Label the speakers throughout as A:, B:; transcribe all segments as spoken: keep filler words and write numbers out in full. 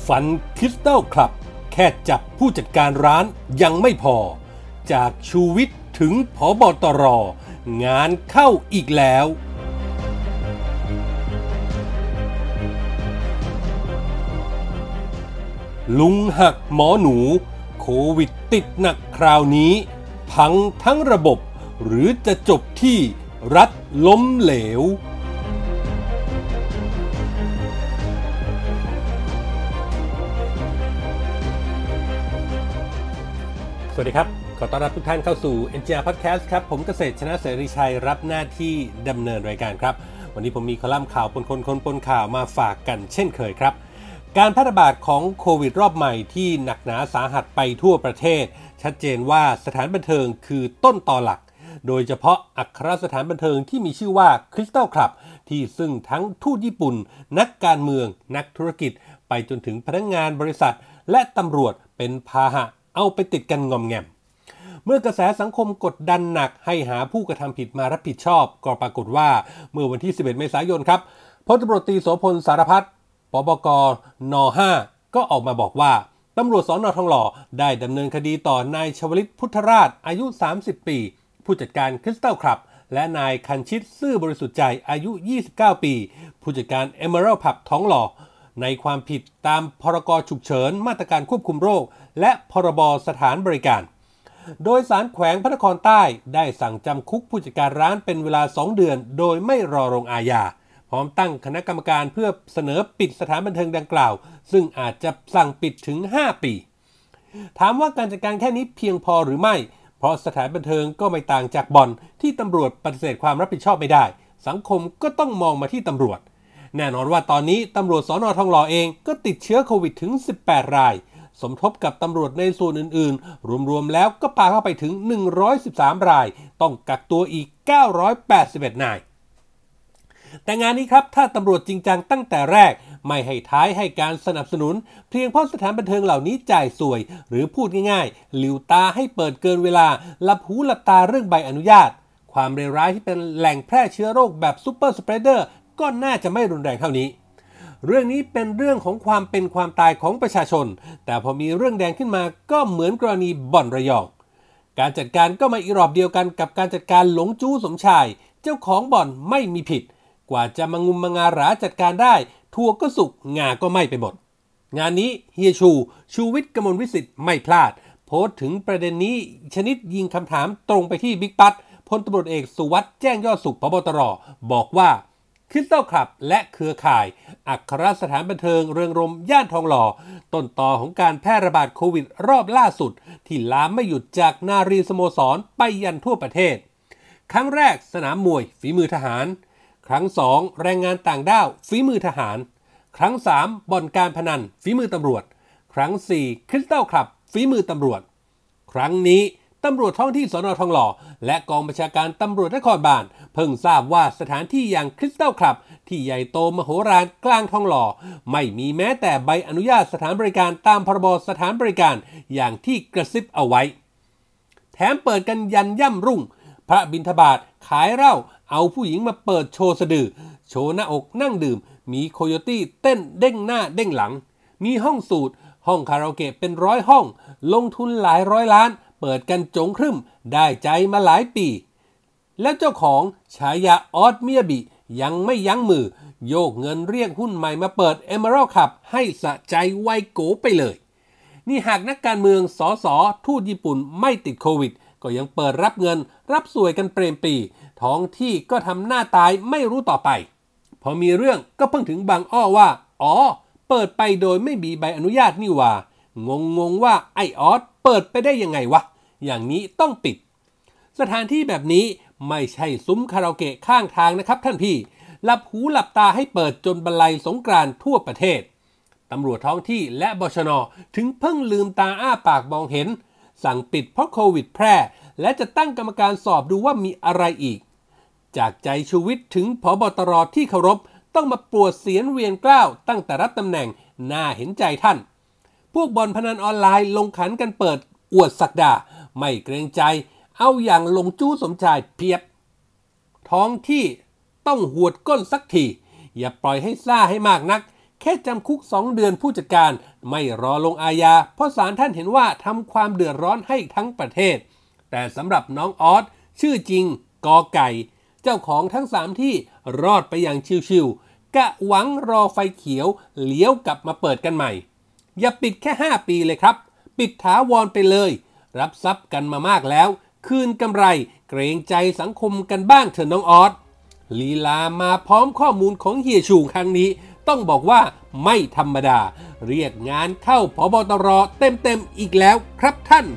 A: ฟันคริสตัลคลับแค่จับผู้จัดการร้านยังไม่พอจากชูวิทย์ถึงผบตร.งานเข้าอีกแล้วลุงหักหมอหนูโควิดติดหนักคราวนี้พังทั้งระบบหรือจะจบที่รัฐล้มเหลวสวัสดีครับขอต้อนรับทุกท่านเข้าสู่ เอ็น จี อาร์ Podcast ครับผมเกษตรชนะเสรีชัยรับหน้าที่ดำเนินรายการครับวันนี้ผมมีคอลัมน์ข่าวปนคนคนปนข่าวมาฝากกันเช่นเคยครับการแพร่ระบาดของโควิดรอบใหม่ที่หนักหนาสาหัสไปทั่วประเทศชัดเจนว่าสถานบันเทิงคือต้นตอหลักโดยเฉพาะอัครสถานบันเทิงที่มีชื่อว่าคริสตัลคลับที่ซึ่งทั้งทูตญี่ปุ่นนักการเมืองนักธุรกิจไปจนถึงพนักงานบริษัทและตำรวจเป็นพาหะเอาไปติดกันงอมแงมเมื่อกระแสสังคมกดดันหนักให้หาผู้กระทำผิดมารับผิดชอบก็ปรากฏว่าเมื่อวันที่สิบเอ็ดเมษายนครับพลตำรวจตรีโสพลสารพัฒน์ปบก.น.ห้า ก็ออกมาบอกว่าตำรวจสน.ทองหล่อได้ดำเนินคดีต่อนายชวลิตพุทธราชอายุสามสิบปีผู้จัดการคริสตัลคลับและนายคันชิตซื่อบริสุทธิ์ใจอายุยี่สิบเก้าปีผู้จัดการ Emerald Pub ทองหล่อในความผิดตามพรก.ฉุกเฉินมาตรการควบคุมโรคและพรบ.สถานบริการโดยศาลแขวงพระนครใต้ได้สั่งจำคุกผู้จัดการร้านเป็นเวลาสองเดือนโดยไม่รอลงอาญาพร้อมตั้งคณะกรรมการเพื่อเสนอปิดสถานบันเทิงดังกล่าวซึ่งอาจจะสั่งปิดถึงห้าปีถามว่าการจัดการแค่นี้เพียงพอหรือไม่เพราะสถานบันเทิงก็ไม่ต่างจากบ่อนที่ตำรวจปฏิเสธความรับผิดชอบไม่ได้สังคมก็ต้องมองมาที่ตำรวจแน่นอนว่าตอนนี้ตำรวจสน.ทองหล่อเองก็ติดเชื้อโควิดถึงสิบแปดรายสมทบกับตำรวจในส่วนอื่นๆรวมๆแล้วก็พาเข้าไปถึงหนึ่งร้อยสิบสามรายต้องกักตัวอีกเก้าร้อยแปดสิบเอ็ดนายแต่งานนี้ครับถ้าตำรวจจริงจังตั้งแต่แรกไม่ให้ท้ายให้การสนับสนุนเพียงเพราะสถานบันเทิงเหล่านี้จ่ายสวยหรือพูดง่ายๆหลิวตาให้เปิดเกินเวลาหลับหูหลับตาเรื่องใบอนุญาตความเลวร้ายที่เป็นแหล่งแพร่เชื้อโรคแบบซูเปอร์สเปรดเดอร์ก็น่าจะไม่รุนแรงเท่านี้เรื่องนี้เป็นเรื่องของความเป็นความตายของประชาชนแต่พอมีเรื่องแดงขึ้นมาก็เหมือนกรณีบ่อนระยองการจัดการก็มาอีรอบเดียวกันกับการจัดการหลงจู้สมชายเจ้าของบ่อนไม่มีผิดกว่าจะมางุมมางาหราจัดการได้ทัวก็สุกงาก็ไม่ไปหมดงานนี้เฮียชูชูวิทย์กมลวิสิทธิ์ไม่พลาดโพสต์ถึงประเด็นนี้ชนิดยิงคำถามตรงไปที่บิ๊กปั๊ดพลตำรวจเอกสุวัสด์แจ้งยอดสุขผบตรบอกว่าคริสตัลคลับและเครือข่ายอัครสถานบันเทิงเรืองรมย่านทองหล่อต้นตอของการแพร่ระบาดโควิดรอบล่าสุดที่ลามไม่หยุดจากนารีสโมสรไปยันทั่วประเทศครั้งแรกสนามมวยฝีมือทหารครั้งสองแรงงานต่างด้าวฝีมือทหารครั้งสามบ่อนการพนันฝีมือตำรวจครั้งสี่คริสตัลคลับฝีมือตำรวจครั้งนี้ตำรวจท้องที่สน.ทองหล่อและกองบัญชาการตำรวจนครบาลเพิ่งทราบว่าสถานที่อย่างคริสตัลคลับที่ใหญ่โตมโหฬารกลางทองหล่อไม่มีแม้แต่ใบอนุญาตสถานบริการตามพรบสถานบริการอย่างที่กระซิบเอาไว้แถมเปิดกันยันย่ำรุ่งพระบิณฑบาตขายเหล้าเอาผู้หญิงมาเปิดโชว์สะดือโชว์หน้าอกนั่งดื่มมีโคโยตี้เต้นเด้งหน้าเด้งหลังมีห้องสูตรห้องคาราโอเกะเป็นร้อยห้องลงทุนหลายร้อยล้านเปิดกันจงครึ่มได้ใจมาหลายปีแล้วเจ้าของฉายาออสเมียบิยังไม่ยั้งมือโยกเงินเรียกหุ้นใหม่มาเปิด Emerald Cup ให้สะใจไวโกไปเลยนี่หากนักการเมืองสสทูตญี่ปุ่นไม่ติดโควิดก็ยังเปิดรับเงินรับสวยกันเปรมปรีท้องที่ก็ทำหน้าตายไม่รู้ต่อไปพอมีเรื่องก็เพิ่งถึงบางอ้อว่าอ๋อเปิดไปโดยไม่มีใบอนุญาตนี่ว่างงงว่าไอออสเปิดไปได้ยังไงวะอย่างนี้ต้องปิดสถานที่แบบนี้ไม่ใช่ซุ้มคาราโอเกะข้างทางนะครับท่านพี่หลับหูหลับตาให้เปิดจนบรรลัยสงกรานต์ทั่วประเทศตำรวจท้องที่และบชน.ถึงเพิ่งลืมตาอ้าปากมองเห็นสั่งปิดเพราะโควิดแพร่และจะตั้งกรรมการสอบดูว่ามีอะไรอีกจากใจชูวิทย์ถึงผบตรที่เคารพต้องมาปวดเสียนเวียนเกล้าตั้งแต่รับตำแหน่งน่าเห็นใจท่านพวกบ่อนพนันออนไลน์ลงขันกันเปิดอวดศักดาไม่เกรงใจเอาอย่างลงจู้สมชายเพียบท้องที่ต้องหวดก้นสักทีอย่าปล่อยให้ซ่าให้มากนักแค่จำคุกสองเดือนผู้จัดการไม่รอลงอาญาเพราะศาลท่านเห็นว่าทำความเดือดร้อนให้ทั้งประเทศแต่สำหรับน้องออสชื่อจริงกอไก่เจ้าของทั้งสามที่รอดไปอย่างชิวๆกะหวังรอไฟเขียวเลี้ยวกลับมาเปิดกันใหม่อย่าปิดแค่ห้าปีเลยครับปิดถาวรไปเลยรับทรัพย์กันมามากแล้วคืนกำไรเกรงใจสังคมกันบ้างเถอะน้องออสลีลามาพร้อมข้อมูลของเฮียชูครั้งนี้ต้องบอกว่าไม่ธรรมดาเรียกงานเข้าผบตรเต็มๆอีกแล้วครับท่าน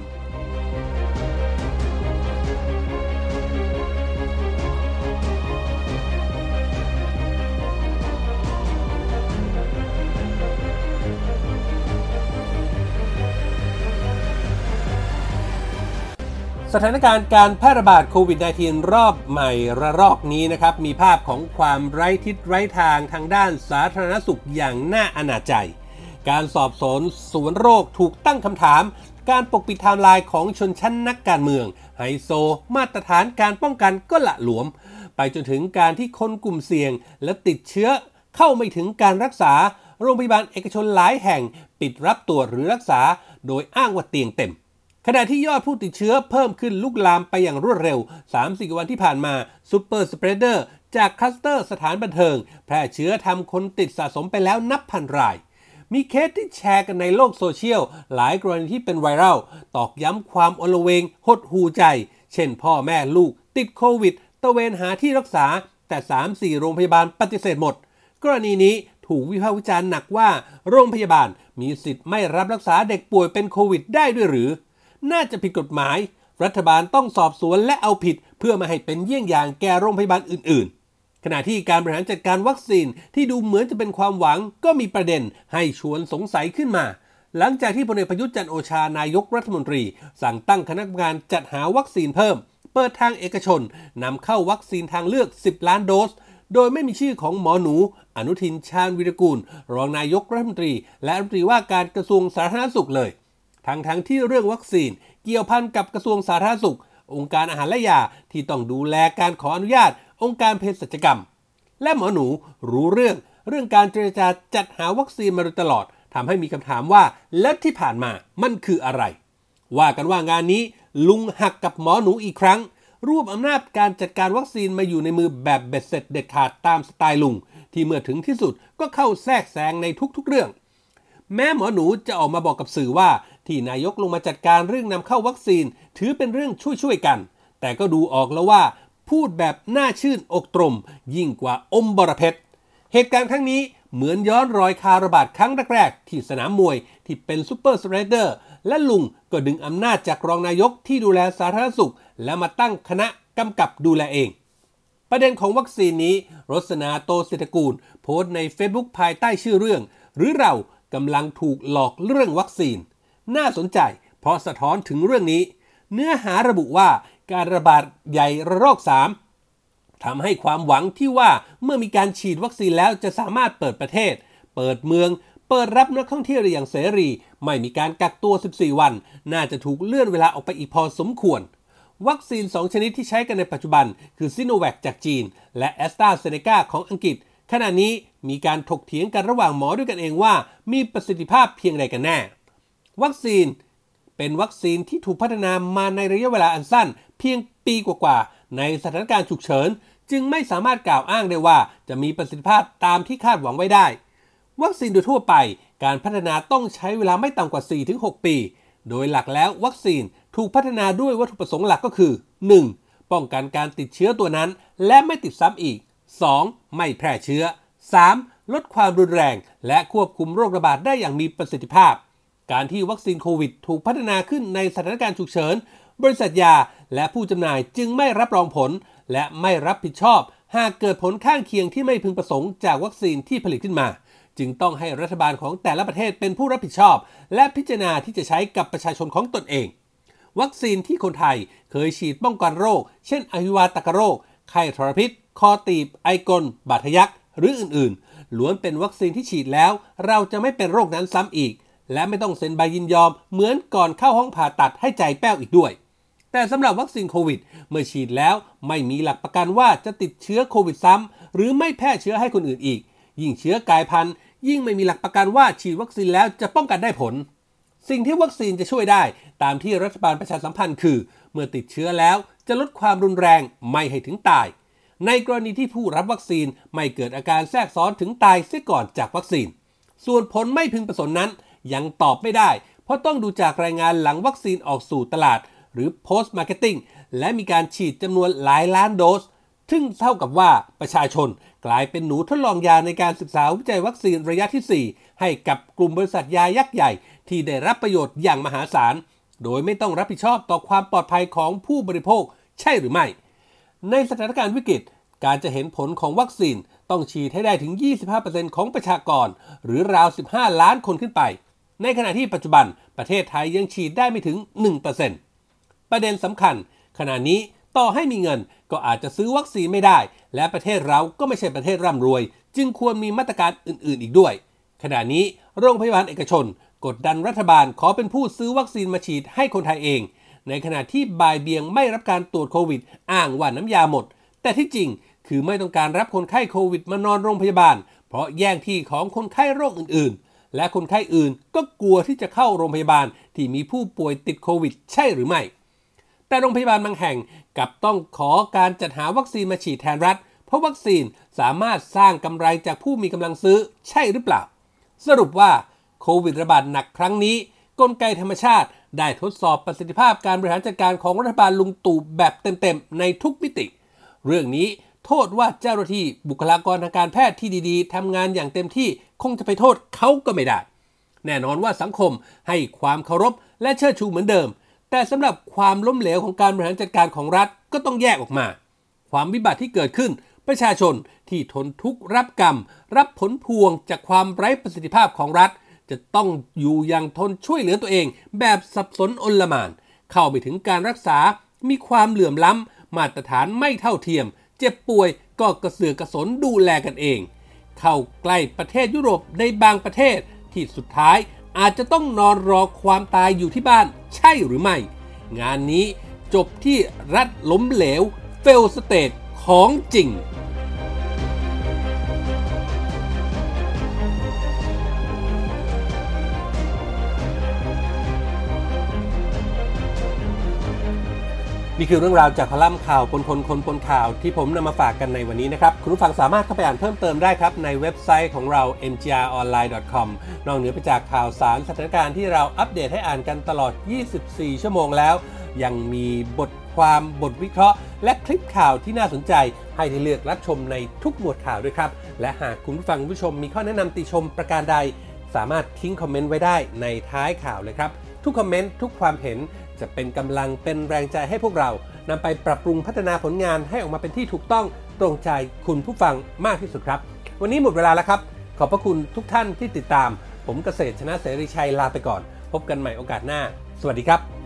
A: สถานการณ์การแพร่ระบาดโควิด สิบเก้า รอบใหม่ระลอกนี้นะครับมีภาพของความไร้ทิศไร้ทางทางด้านสาธารณสุขอย่างน่าอนาจใจการสอบสวนสวนโรคถูกตั้งคำถามการปกปิดไทม์ไลน์ของชนชั้นนักการเมืองไฮโซมาตรฐานการป้องกันก็ละหลวมไปจนถึงการที่คนกลุ่มเสี่ยงและติดเชื้อเข้าไม่ถึงการรักษาโรงพยาบาลเอกชนหลายแห่งปิดรับตรวจหรือรักษาโดยอ้างว่าเตียงเต็มขณะที่ยอดผู้ติดเชื้อเพิ่มขึ้นลุกลามไปอย่างรวดเร็ว สามถึงสี่ วันที่ผ่านมาซูเปอร์สเปรดเดอร์จากคลัสเตอร์สถานบันเทิงแพร่เชื้อทำคนติดสะสมไปแล้วนับพันรายมีเคสที่แชร์กันในโลกโซเชียลหลายกรณีที่เป็นไวรัลตอกย้ำความอลเวงหดหูใจเช่นพ่อแม่ลูกติดโควิดตะเวนหาที่รักษาแต่ สามถึงสี่ โรงพยาบาลปฏิเสธหมดกรณีนี้ถูกวิพากษ์วิจารณ์หนักว่าโรงพยาบาลมีสิทธิ์ไม่รับรักษาเด็กป่วยเป็นโควิดได้ด้วยหรือน่าจะผิดกฎหมายรัฐบาลต้องสอบสวนและเอาผิดเพื่อไม่ให้เป็นเยี่ยงอย่างแก่โรงพยาบาลอื่นๆขณะที่การบริหารจัดการวัคซีนที่ดูเหมือนจะเป็นความหวังก็มีประเด็นให้ชวนสงสัยขึ้นมาหลังจากที่พลเอกประยุทธ์จันทร์โอชานายกรัฐมนตรีสั่งตั้งคณะกรรมการจัดหาวัคซีนเพิ่มเปิดทางเอกชนนำเข้าวัคซีนทางเลือกสิบล้านโดสโดยไม่มีชื่อของหมอหนูอนุทินชาญวิรากูลรองนายกรัฐมนตรีและรัฐมนตรีว่าการกระทรวงสาธารณสุขเลยทั้งทั้งที่เรื่องวัคซีนเกี่ยวพันกับกระทรวงสาธารณสุของค์การอาหารและยาที่ต้องดูแลการขออนุญาตองค์การเภสัชกรรมและหมอหนูรู้เรื่องเรื่องการเจรจาจัดหาวัคซีนมาโดยตลอดทำให้มีคำถามว่าแล้วที่ผ่านมามันคืออะไรว่ากันว่างานนี้ลุงหักกับหมอหนูอีกครั้งรวบอำนาจการจัดการวัคซีนมาอยู่ในมือแบบเบ็ดเสร็จเด็ดขาดตามสไตล์ลุงที่เมื่อถึงที่สุดก็เข้าแทรกแซงในทุกๆเรื่องแม้หมอหนูจะออกมาบอกกับสื่อว่าที่นายกลงมาจัดการเรื่องนำเข้าวัคซีนถือเป็นเรื่องช่วยๆกันแต่ก็ดูออกแล้วว่าพูดแบบน่าชื่นอกตรมยิ่งกว่าอมบรเพชรเหตุการณ์ครั้งนี้เหมือนย้อนรอยคาระบาดครั้งแรกๆที่สนามมวยที่เป็นซูเปอร์สเปรดเดอร์และลุงก็ดึงอำนาจจากรองนายกที่ดูแลสาธารณสุขและมาตั้งคณะกำกับดูแลเองประเด็นของวัคซีนนี้รสนาโตเศรษฐกูลโพสต์ใน Facebook ภายใต้ชื่อเรื่องหรือเรากำลังถูกหลอกเรื่องวัคซีนน่าสนใจเพราะสะท้อนถึงเรื่องนี้เนื้อหาระบุว่าการระบาดใหญ่ระลอกสามทำให้ความหวังที่ว่าเมื่อมีการฉีดวัคซีนแล้วจะสามารถเปิดประเทศเปิดเมืองเปิดรับนักท่องเที่ยวได้อย่างเสรีไม่มีการกักตัวสิบสี่วันน่าจะถูกเลื่อนเวลาออกไปอีกพอสมควรวัคซีนสองชนิดที่ใช้กันในปัจจุบันคือซิโนแวคจากจีนและแอสตราเซเนกาของอังกฤษขณะนี้มีการถกเถียงกันระหว่างหมอด้วยกันเองว่ามีประสิทธิภาพเพียงใดกันแน่วัคซีนเป็นวัคซีนที่ถูกพัฒนามาในระยะเวลาอันสั้นเพียงปีกว่าๆในสถานการณ์ฉุกเฉินจึงไม่สามารถกล่าวอ้างได้ว่าจะมีประสิทธิภาพตามที่คาดหวังไว้ได้วัคซีนโดยทั่วไปการพัฒนาต้องใช้เวลาไม่ต่ำกว่า สี่ถึงหก ปีโดยหลักแล้ววัคซีนถูกพัฒนาด้วยวัตถุประสงค์หลักก็คือ หนึ่ง ป้องกันการติดเชื้อตัวนั้นและไม่ติดซ้ำอีก สอง ไม่แพร่เชื้อ สาม ลดความรุนแรงและควบคุมโรคระบาดได้อย่างมีประสิทธิภาพการที่วัคซีนโควิดถูกพัฒนาขึ้นในสถานการณ์ฉุกเฉินบริษัทยาและผู้จำหน่ายจึงไม่รับรองผลและไม่รับผิดชอบหากเกิดผลข้างเคียงที่ไม่พึงประสงค์จากวัคซีนที่ผลิตขึ้นมาจึงต้องให้รัฐบาลของแต่ละประเทศเป็นผู้รับผิดชอบและพิจารณาที่จะใช้กับประชาชนของตนเองวัคซีนที่คนไทยเคยฉีดป้องกันโรคเช่นอหิวาตกโรคไข้ทรพิษคอตีบไอกลบาดทะยักหรืออื่นๆล้วนเป็นวัคซีนที่ฉีดแล้วเราจะไม่เป็นโรคนั้นซ้ำอีกและไม่ต้องเซ็นใบยินยอมเหมือนก่อนเข้าห้องผ่าตัดให้ใจแป้วอีกด้วยแต่สำหรับวัคซีนโควิดเมื่อฉีดแล้วไม่มีหลักประกันว่าจะติดเชื้อโควิดซ้ำหรือไม่แพร่เชื้อให้คนอื่นอีกยิ่งเชื้อกลายพันธุ์ยิ่งไม่มีหลักประกันว่าฉีดวัคซีนแล้วจะป้องกันได้ผลสิ่งที่วัคซีนจะช่วยได้ตามที่รัฐบาลประชาสัมพันธ์คือเมื่อติดเชื้อแล้วจะลดความรุนแรงไม่ให้ถึงตายในกรณีที่ผู้รับวัคซีนไม่เกิดอาการแทรกซ้อนถึงตายเสียก่อนจากวัคซีนส่วนผลไม่พึงประสงค์นั้นยังตอบไม่ได้เพราะต้องดูจากรายงานหลังวัคซีนออกสู่ตลาดหรือ post marketing และมีการฉีดจำนวนหลายล้านโดสซึ่งเท่ากับว่าประชาชนกลายเป็นหนูทดลองยาในการศึกษาวิจัยวัคซีนระยะที่ สี่ให้กับกลุ่มบริษัทยายักษ์ใหญ่ที่ได้รับประโยชน์อย่างมหาศาลโดยไม่ต้องรับผิดชอบต่อความปลอดภัยของผู้บริโภคใช่หรือไม่ในสถานการณ์วิกฤตการจะเห็นผลของวัคซีนต้องฉีดให้ได้ถึง ยี่สิบห้าเปอร์เซ็นต์ ของประชากรหรือราวสิบห้าล้านคนขึ้นไปในขณะที่ปัจจุบันประเทศไทยยังฉีดได้ไม่ถึง หนึ่งเปอร์เซ็นต์ ประเด็นสำคัญขณะนี้ต่อให้มีเงินก็อาจจะซื้อวัคซีนไม่ได้และประเทศเราก็ไม่ใช่ประเทศร่ำรวยจึงควรมีมาตรการอื่นๆอีกด้วยขณะนี้โรงพยาบาลเอกชนกดดันรัฐบาลขอเป็นผู้ซื้อวัคซีนมาฉีดให้คนไทยเองในขณะที่บ่ายเบี่ยงไม่รับการตรวจโควิดอ้างว่าน้ำยาหมดแต่ที่จริงคือไม่ต้องการรับคนไข้โควิดมานอนโรงพยาบาลเพราะแย่งที่ของคนไข้โรคอื่นๆและคนไข้อื่นก็กลัวที่จะเข้าโรงพยาบาลที่มีผู้ป่วยติดโควิดใช่หรือไม่แต่โรงพยาบาลบางแห่งกลับต้องขอการจัดหาวัคซีนมาฉีดแทนรัฐเพราะวัคซีนสามารถสร้างกำไรจากผู้มีกำลังซื้อใช่หรือเปล่าสรุปว่าโควิดระบาดหนักครั้งนี้กลไกธรรมชาติได้ทดสอบประสิทธิภาพการบริหารจัดการของรัฐบาลลุงตู่แบบเต็มๆในทุกมิติเรื่องนี้โทษว่าเจ้าหน้าที่บุคลากรทางการแพทย์ที่ดีๆทำงานอย่างเต็มที่คงจะไปโทษเขาก็ไม่ได้แน่นอนว่าสังคมให้ความเคารพและเชิดชูเหมือนเดิมแต่สำหรับความล้มเหลวของการบริหารจัดการของรัฐก็ต้องแยกออกมาความวิบัติที่เกิดขึ้นประชาชนที่ทนทุกข์รับกรรมรับผลพวงจากความไร้ประสิทธิภาพของรัฐจะต้องอยู่อย่างทนช่วยเหลือตัวเองแบบสับสนอนลหม่านเข้าไปถึงการรักษามีความเหลื่อมล้ำมาตรฐานไม่เท่าเทียมเจ็บป่วยก็กระเสือกกระสนดูแลกันเองเข้าใกล้ประเทศยุโรปในบางประเทศที่สุดท้ายอาจจะต้องนอนรอความตายอยู่ที่บ้านใช่หรือไม่งานนี้จบที่รัฐล้มเหลว fail state ของจริงนี่คือเรื่องราวจากคอลัมน์ข่าวปนคนคนปนข่าวที่ผมนำมาฝากกันในวันนี้นะครับคุณผู้ฟังสามารถเข้าไปอ่านเพิ่มเติมได้ครับในเว็บไซต์ของเรา เอ็ม จี อาร์ ออนไลน์ ดอท คอม นอกเหนือไปจากข่าวสารสถานการณ์ที่เราอัปเดตให้อ่านกันตลอดยี่สิบสี่ชั่วโมงแล้วยังมีบทความบทวิเคราะห์และคลิปข่าวที่น่าสนใจให้ได้เลือกรับชมในทุกหมวดข่าวด้วยครับและหากคุณผู้ฟังผู้ชมมีข้อแนะนำติชมประการใดสามารถทิ้งคอมเมนต์ไว้ได้ในท้ายข่าวเลยครับทุกคอมเมนต์ทุกความเห็นจะเป็นกำลังเป็นแรงใจให้พวกเรานำไปปรับปรุงพัฒนาผลงานให้ออกมาเป็นที่ถูกต้องตรงใจคุณผู้ฟังมากที่สุดครับวันนี้หมดเวลาแล้วครับขอบพระคุณทุกท่านที่ติดตามผมเกษตรชนะเสรีชัยลาไปก่อนพบกันใหม่โอกาสหน้าสวัสดีครับ